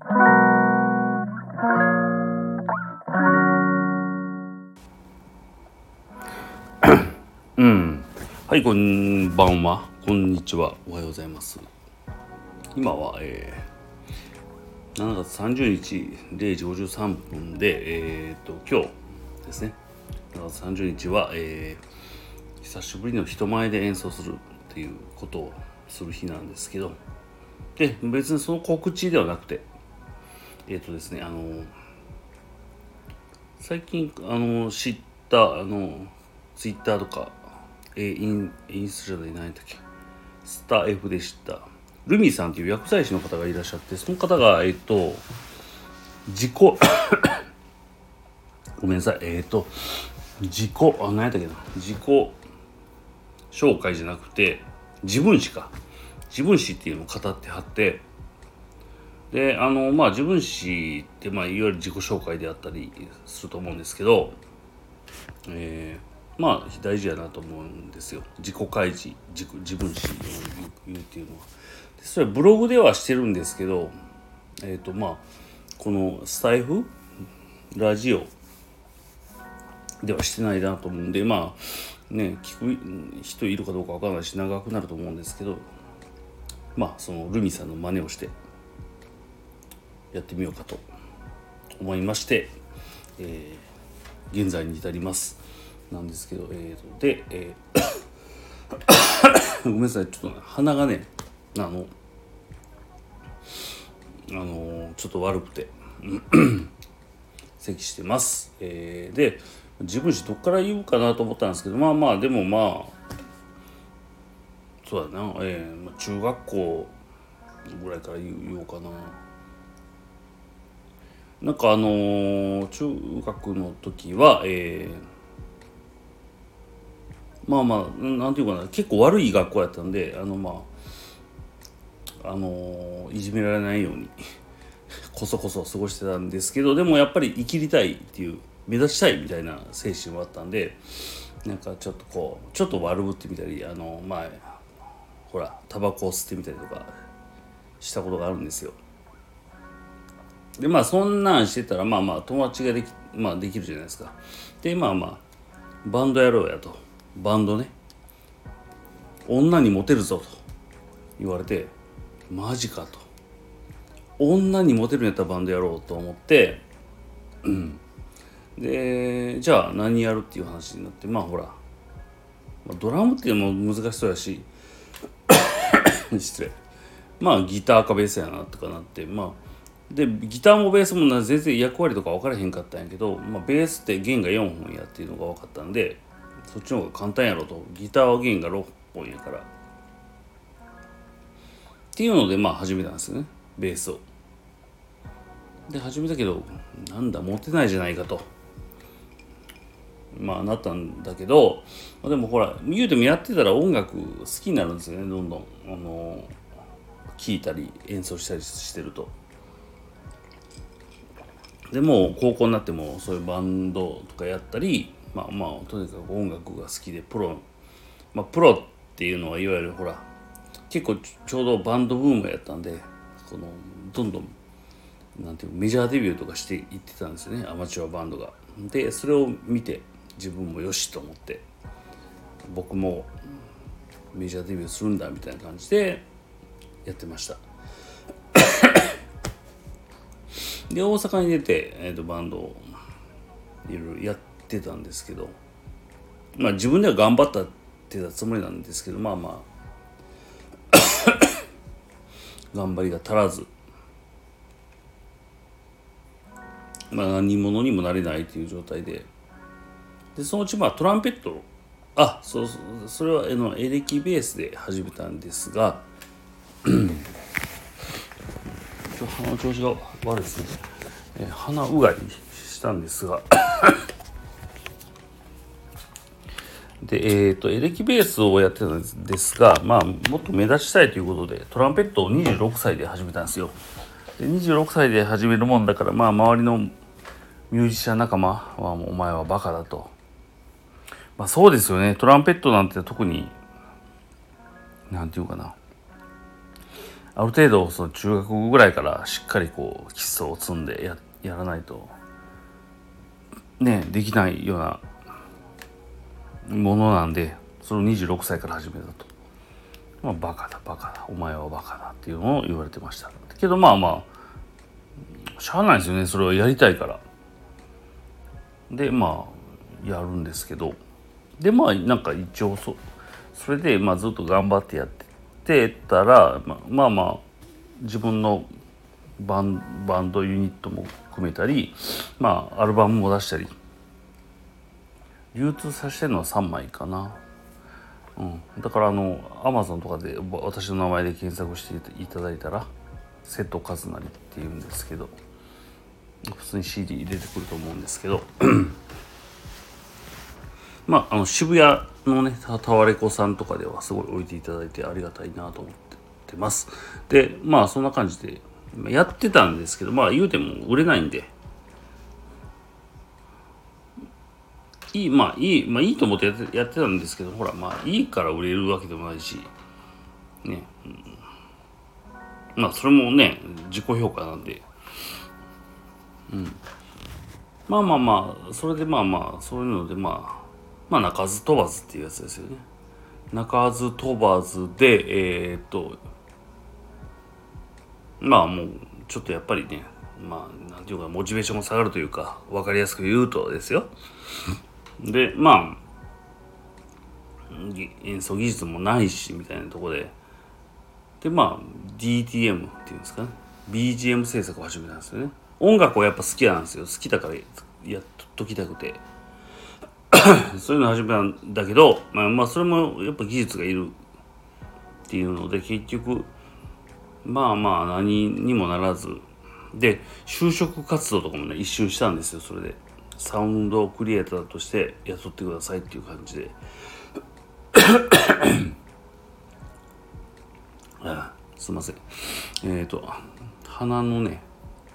はい、こんばんは、こんにちは、おはようございます。今は、7月30日0時53分で、今日ですね、7月30日は、久しぶりの人前で演奏するっていうことをする日なんですけど、で、別にその告知ではなくて、ですね、最近知ったツイッターとかインスタじゃない何やったっけ、スター F で知ったルミさんという薬剤師の方がいらっしゃって、その方が自己ごめんなさい自己何やったっけな自己紹介じゃなくて自分史っていうのを語ってはって、で自分史って、いわゆる自己紹介であったりすると思うんですけど、大事やなと思うんですよ。自己開示、自分史を言うっていうのは。でそれはブログではしてるんですけど、このスタイフラジオではしてないなと思うんで、聞く人いるかどうかわからないし長くなると思うんですけど、そのルミさんの真似をしてやってみようかと思いまして、現在に至りますなんですけど、ごめんなさい、ちょっと鼻がねちょっと悪くて咳してます。で自分史どっから言うかなと思ったんですけど、でもそうだな、中学校ぐらいから言おうかな。なんか中学の時はなんていうかな、結構悪い学校やったんで、いじめられないようにこそこそ過ごしてたんですけど、でもやっぱり生きりたいっていう、目指したいみたいな精神はあったんで、なんかちょっと悪ぶってみたり、ほらタバコを吸ってみたりとかしたことがあるんですよ。でそんなんしてたら友達ができるじゃないですか。でバンドやろうやと、バンドね、女にモテるぞと言われて、マジかと、女にモテるんやったらバンドやろうと思って、でじゃあ何やるっていう話になって、ドラムっていうのも難しそうやし失礼、ギターかベースやなとかなって、でギターもベースも全然役割とか分からへんかったんやけど、ベースって弦が4本やっていうのが分かったんで、そっちの方が簡単やろと。ギターは弦が6本やからっていうので始めたんですよね、ベースを。で始めたけど、なんだモテないじゃないかとなったんだけど、でもほら言うてもやってたら音楽好きになるんですよね、どんどん聴いたり演奏したりしてると。でも高校になってもそういうバンドとかやったり、とにかく音楽が好きで、プロっていうのはいわゆるほら結構ちょうどバンドブームやったんで、どんどんなんていうメジャーデビューとかしていってたんですよね、アマチュアバンドが。でそれを見て自分もよしと思って、僕もメジャーデビューするんだみたいな感じでやってました。で大阪に出て、バンドをいろいろやってたんですけど、自分では頑張ってたつもりなんですけど、頑張りが足らず、何者にもなれないという状態で、そのうちトランペットそれはエレキベースで始めたんですが鼻の調子が悪いですね。鼻うがいしたんですがで、エレキベースをやってたんですが、もっと目立ちたいということでトランペットを26歳で始めたんですよ。で26歳で始めるもんだから、周りのミュージシャン仲間はお前はバカだと。そうですよね。トランペットなんて特になんていうかな、 ある程度その中学ぐらいからしっかりこう基礎を積んでやらないとねできないようなものなんで、それを26歳から始めたと。バカだお前はバカだっていうのを言われてましたけど、しゃあないですよね、それはやりたいから。でやるんですけど、でなんか一応それでずっと頑張ってやってたら自分のバンドユニットも組めたり、アルバムも出したり、流通させてるのは3枚かな。だからAmazon とかで私の名前で検索していただいたら瀬戸和成っていうんですけど、普通に CD 入れてくると思うんですけど渋谷のねタワレコさんとかではすごい置いていただいてありがたいなと思ってます。でそんな感じでやってたんですけど、言うても売れないんで、いいと思ってやってたんですけど、ほらいいから売れるわけでもないしね、それもね自己評価なんで、それでそういうので鳴かず飛ばずっていうやつですよね。鳴かず飛ばずでもうちょっとやっぱりねなんていうかモチベーションが下がるというか、分かりやすく言うとですよ。で演奏技術もないしみたいなところでDTM っていうんですかね、 BGM 制作を始めたんですよね。音楽はやっぱ好きなんですよ。好きだからやっときたくてそういうの始めたんだけど、それもやっぱ技術がいるっていうので、結局何にもならずで、就職活動とかもね一瞬したんですよ。それでサウンドクリエイターとして雇ってくださいっていう感じですいません。鼻のね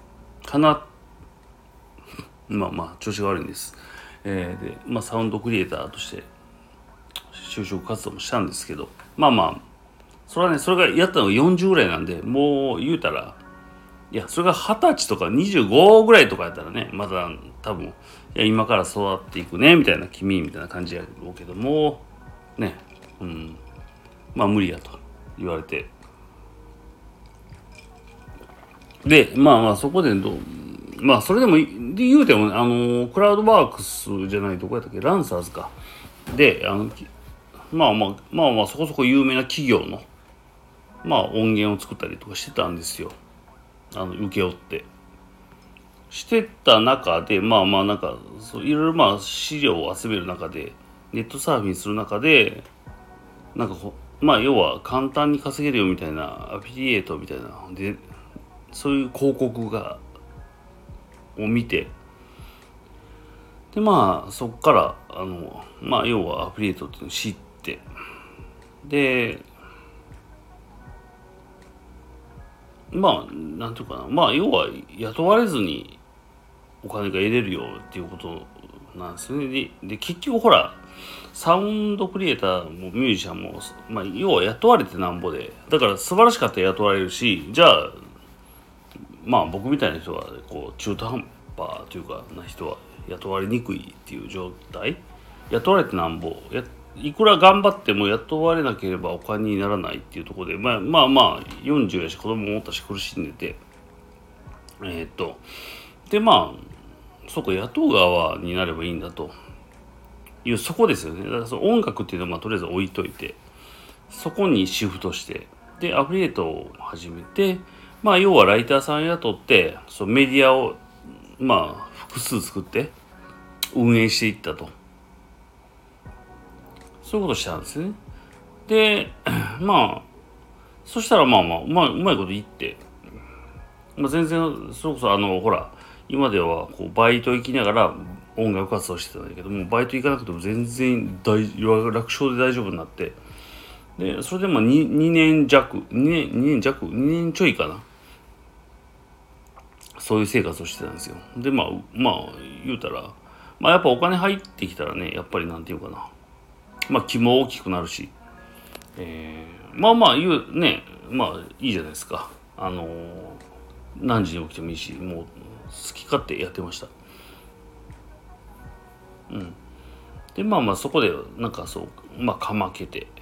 調子が悪いんです。でサウンドクリエイターとして就職活動もしたんですけど、それはね、それがやったのが40ぐらいなんで、もう言うたら、いやそれが20歳とか25ぐらいとかやったらね、まだ多分今から育っていくねみたいな、君みたいな感じやろうけどもね、無理やと言われて、でそこでそれでも言うても、クラウドワークスじゃないとこやったっけ、ランサーズかでそこそこ有名な企業の音源を作ったりとかしてたんですよ。請け負ってしてた中でなんかそういろいろ資料を集める中で、ネットサーフィンする中でなんか要は簡単に稼げるよみたいなアフィリエイトみたいなで、そういう広告を見て、でそっから要はアフィリエイトっていうのを知って、でなんていうかな、要は雇われずにお金が得れるよっていうことなんですね。で結局ほら、サウンドクリエイターもミュージシャンも要は雇われてなんぼで、だから素晴らしかったら雇われるし、じゃあ僕みたいな人はこう中途半端というかな人は雇われにくいっていう状態、雇われてなんぼいくら頑張っても雇われなければお金にならないっていうところで、40やし子供もおったし苦しんでて、でそうか、雇う側になればいいんだというそこですよね。だからその音楽っていうのはとりあえず置いといて、そこにシフトして、でアフィリエイトを始めて、要はライターさん雇ってそのメディアを複数作って運営していったと、そういうことをしたんですね。でそしたらうまいこと言って、全然それこそほら今ではこうバイト行きながら音楽活動してたんだけども、バイト行かなくても全然楽勝で大丈夫になって、でそれで2年弱2年ちょいかな、そういう生活をしてたんですよ。で言うたらやっぱお金入ってきたらね、やっぱりなんていうかな、気も大きくなるし、言うね、 まあいいじゃないですか。何時に起きてもいいし、もう好き勝手やってました。でまあそこでなんかかまけて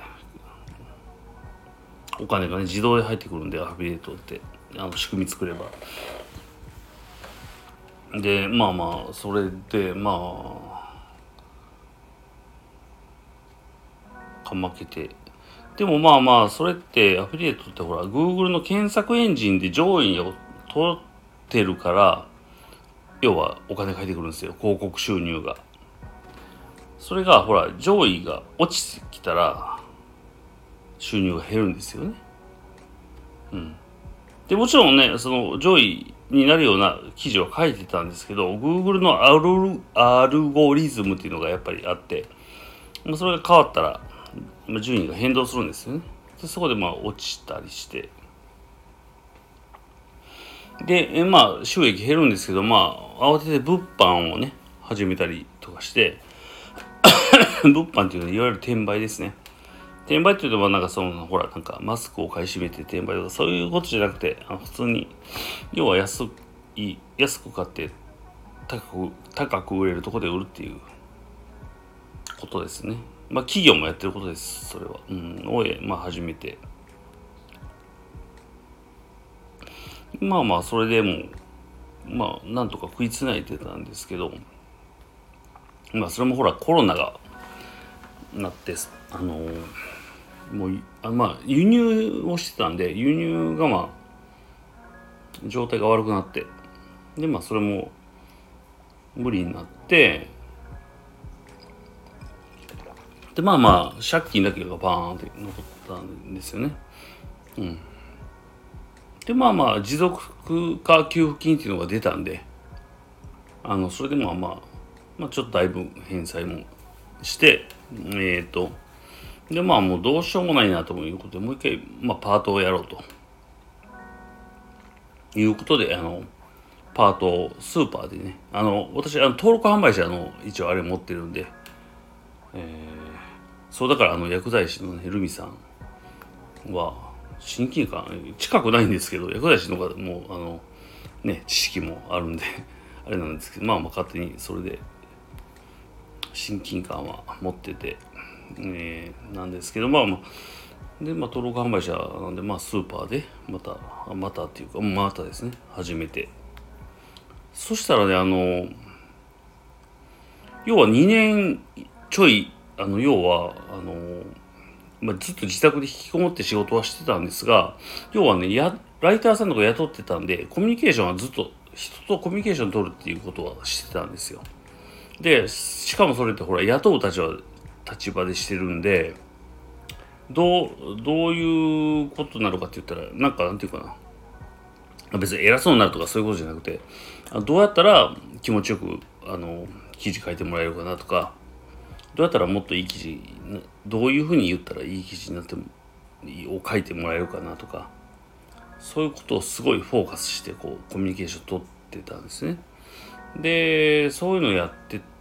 お金がね自動で入ってくるんで、アフィリエイトって仕組み作れば。でそれでかまけて、でもそれってアフィリエイトってほら Google の検索エンジンで上位を取ってるから、要はお金返ってくるんですよ、広告収入が。それがほら上位が落ちてきたら収入が減るんですよね。でもちろんね、その上位になるような記事を書いてたんですけど、 Google のアルゴリズムっていうのがやっぱりあって、それが変わったら順位が変動するんですよね。でそこで落ちたりして、で収益減るんですけど、慌てて物販をね始めたりとかして物販っていうのはいわゆる転売ですね。転売っていうのはなんかほらなんかマスクを買い占めて転売とかそういうことじゃなくて、普通に要は安く買って高く売れるところで売るっていうことですね。企業もやってることです、それは。を始めて、それでもなんとか食いつないでたんですけど、それもほらコロナがなってもう輸入をしてたんで、輸入が状態が悪くなって、でそれも無理になって、で借金だけがバーンって残ったんですよね。で持続化給付金っていうのが出たんで、それでちょっとだいぶ返済もしてでもうどうしようもないなということで、もう一回パートをやろうということで、パートをスーパーでね、私登録販売者の一応あれ持ってるんで、そうだから薬剤師のねルミさんは親近感近くないんですけど、薬剤師の方も知識もあるんであれなんですけど、勝手にそれで親近感は持ってて、なんですけどで登録販売者なんでスーパーでまたっていうかまたですね始めて、そしたらね要は2年ちょい要はずっと自宅で引きこもって仕事はしてたんですが、要はねライターさんとか雇ってたんで、コミュニケーションはずっと人とコミュニケーション取るっていうことはしてたんですよ。でしかもそれってほら雇う立場でしてるんで、どういうことになるかって言ったら、なんていうかな、別に偉そうになるとかそういうことじゃなくて、どうやったら気持ちよく記事書いてもらえるかなとか、どうやったらもっといい記事、どういうふうに言ったらいい記事になってもを書いてもらえるかなとか、そういうことをすごいフォーカスしてコミュニケーション取ってたんですね。でそういうのをやってって、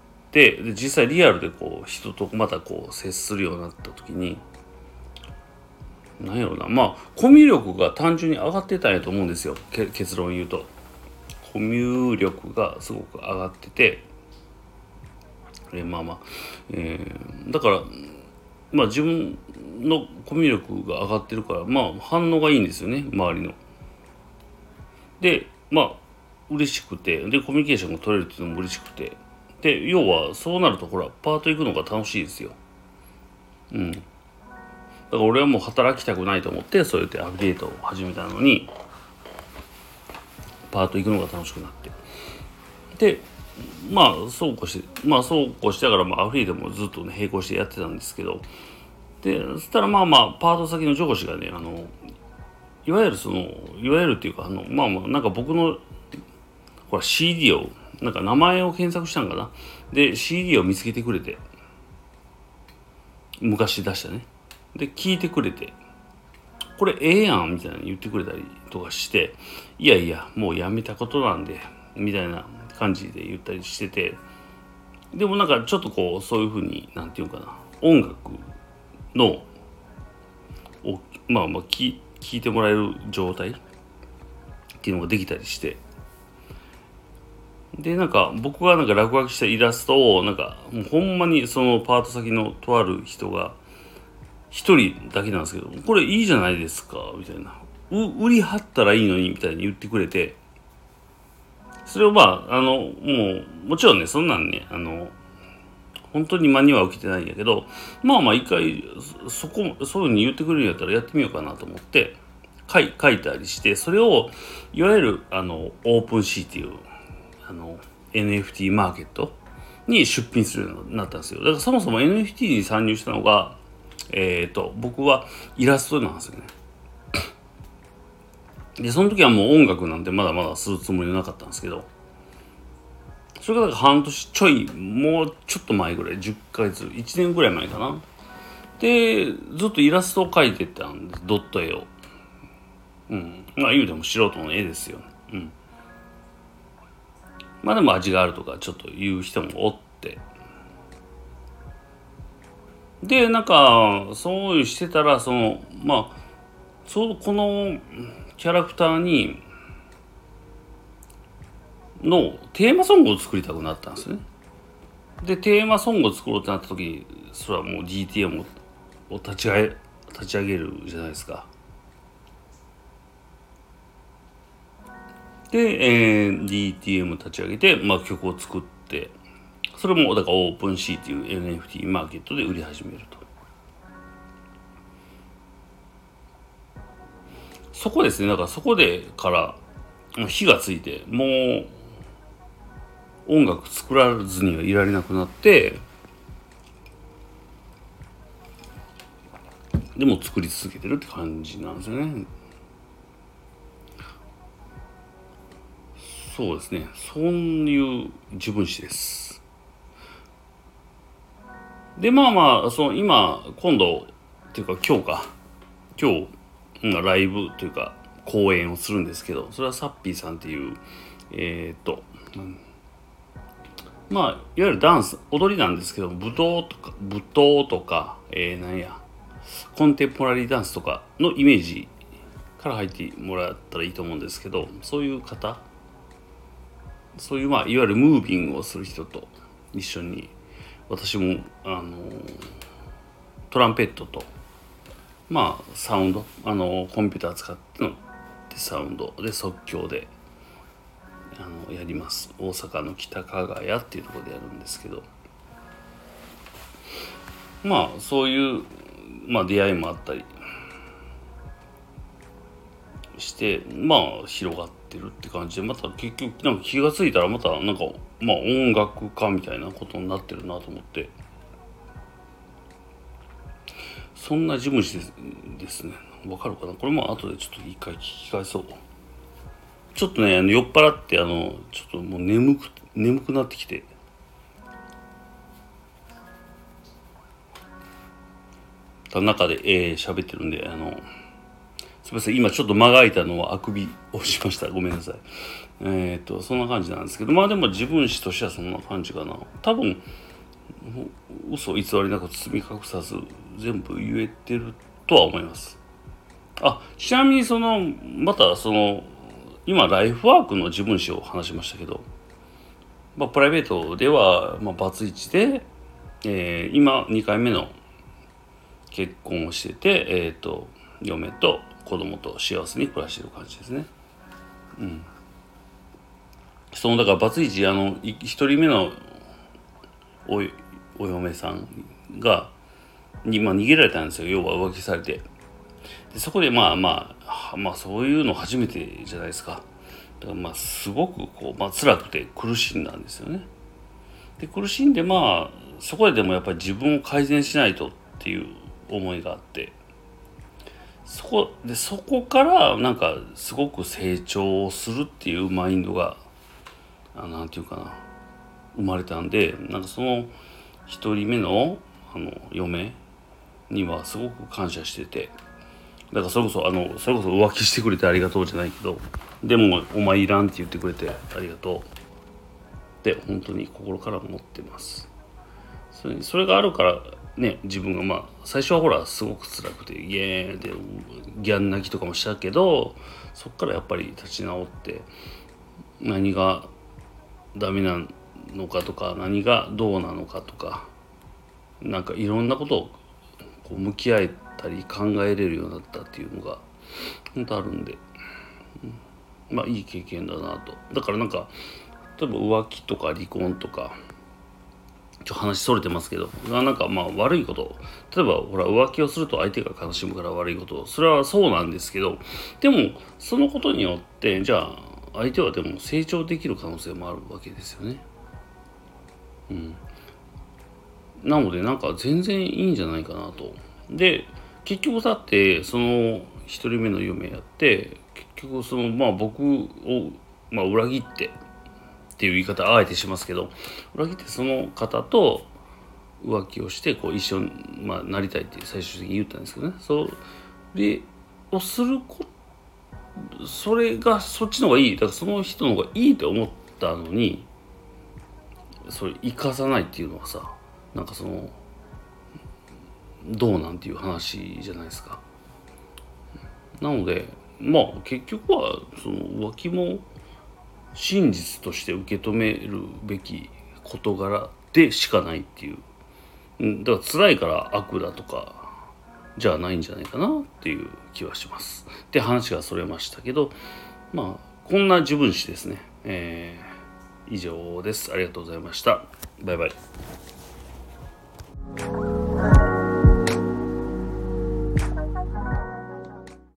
で実際リアルで人とまた接するようになった時に、なんやろな、コミュ力が単純に上がってたんやと思うんですよ。結論言うとコミュ力がすごく上がってて、だから自分のコミュ力が上がってるから反応がいいんですよね、周りの。で嬉しくて、でコミュニケーションが取れるっていうのも嬉しくて、で要はそうなるとほらパート行くのが楽しいですよ。だから俺はもう働きたくないと思ってそうやってアフィリエイトを始めたのに、パート行くのが楽しくなって、でそうこうしてだからアフィリエイトもずっとね並行してやってたんですけど、でそしたらパート先の上司がねいわゆるっていうかなんか僕のほら CD をなんか名前を検索したんかな、で CD を見つけてくれて、昔出したね、で聞いてくれて、これええやんみたいな言ってくれたりとかして、いやいやもうやめたことなんでみたいな感じで言ったりしてて、でもなんかちょっとそういう風になんていうかな、音楽の聞いてもらえる状態っていうのができたりして、でなんか僕がなんか落書きしたイラストをなんかもうほんまにそのパート先のとある人が一人だけなんですけど、これいいじゃないですかみたいな、売り張ったらいいのにみたいに言ってくれて、それをもちろんね、そんなんね、本当に真には受けてないんやけど、一回そういう風に言ってくれるんやったらやってみようかなと思って書いたりして、それをいわゆるオープンシーっていうNFT マーケットに出品するようになったんですよ。だからそもそも NFT に参入したのが僕はイラストなんですよね。でその時はもう音楽なんてまだまだするつもりなかったんですけど、それが半年ちょい、もうちょっと前ぐらい、10ヶ月1年ぐらい前かな。でずっとイラストを描いてたんです、ドット絵を。言うても素人の絵ですよ。でも味があるとかちょっと言う人もおって、でなんかそういうしてたらちょうどこのキャラクターのテーマソングを作りたくなったんですね。でテーマソングを作ろうってなった時に、それはもう DTM を立ち上げるじゃないですか。で、DTM 立ち上げて、曲を作って、それもだからオープンシーっていう NFT マーケットで売り始めると。そこですね。だからそこでから火がついて、もう音楽作らずにはいられなくなって、でも作り続けてるって感じなんですよね。そうですね。そういう自分史です。で今度っていうか今日ライブというか公演をするんですけど、それはサッピーさんっていういわゆるダンス踊りなんですけど、舞踏とかコンテンポラリーダンスとかのイメージから入ってもらったらいいと思うんですけど、そういう方、そういういわゆるムービングをする人と一緒に、私もトランペットとサウンドコンピューター使ってのサウンドで即興でやります。大阪の北加賀屋っていうところでやるんですけど、そういう出会いもあったりして広がってるって感じで、また結局なんか気がついたらまたなんか音楽家みたいなことになってるなと思って、そんな事務所ですね。わかるかな、これも後でちょっと一回聞き返そう。ちょっとね酔っ払ってちょっともう眠くなってきて、中で喋ってるんで、すみません、今ちょっと間が空いたのはあくびをしました。ごめんなさい。そんな感じなんですけど、でも自分史としてはそんな感じかな。多分嘘偽りなく包み隠さず全部言えてるとは思います。ちなみに今ライフワークの自分史を話しましたけど、プライベートではバツイチで、今2回目の結婚をしてて、嫁と子供と幸せに暮らしてる感じですね。だからバツイチ一人目のお嫁さんに逃げられたんですよ。要は浮気されて。でそこでそういうの初めてじゃないですか。だからすごく辛くて苦しんだんですよね。で苦しんでそこででもやっぱり自分を改善しないとっていう思いがあって、そこからなんかすごく成長するっていうマインドがなんていうかな、生まれたんで、なんかその一人目の嫁にはすごく感謝してて、だからそれこそ浮気してくれてありがとうじゃないけど、でもお前いらんって言ってくれてありがとうって本当に心から思ってます。それがあるからね、自分が最初はほらすごく辛くてイエーイでギャン泣きとかもしたけど、そっからやっぱり立ち直って何がダメなのかとか何がどうなのかとか、なんかいろんなことをこう向き合えたり考えれるようになったっていうのが本当あるんで、いい経験だなと。だからなんか例えば浮気とか離婚とか話それてますけど、なんか悪いこと、例えばほら浮気をすると相手が悲しむから悪いこと、それはそうなんですけど、でもそのことによってじゃあ相手はでも成長できる可能性もあるわけですよね。なのでなんか全然いいんじゃないかなと。で結局だってその一人目の夢やって結局その僕を裏切ってっていう言い方あえてしますけど、裏切ってその方と浮気をしてこう一緒に、なりたいって最終的に言ったんですけどね。それをするそれがそっちの方がいい、だからその人の方がいいと思ったのにそれ生かさないっていうのはさ、なんかそのどうなんていう話じゃないですか。なので結局はその浮気も真実として受け止めるべき事柄でしかないっていう、だから辛いから悪だとかじゃないんじゃないかなっていう気はします。で話がそれましたけど、こんな自分史ですね。以上です。ありがとうございました。バイバイ。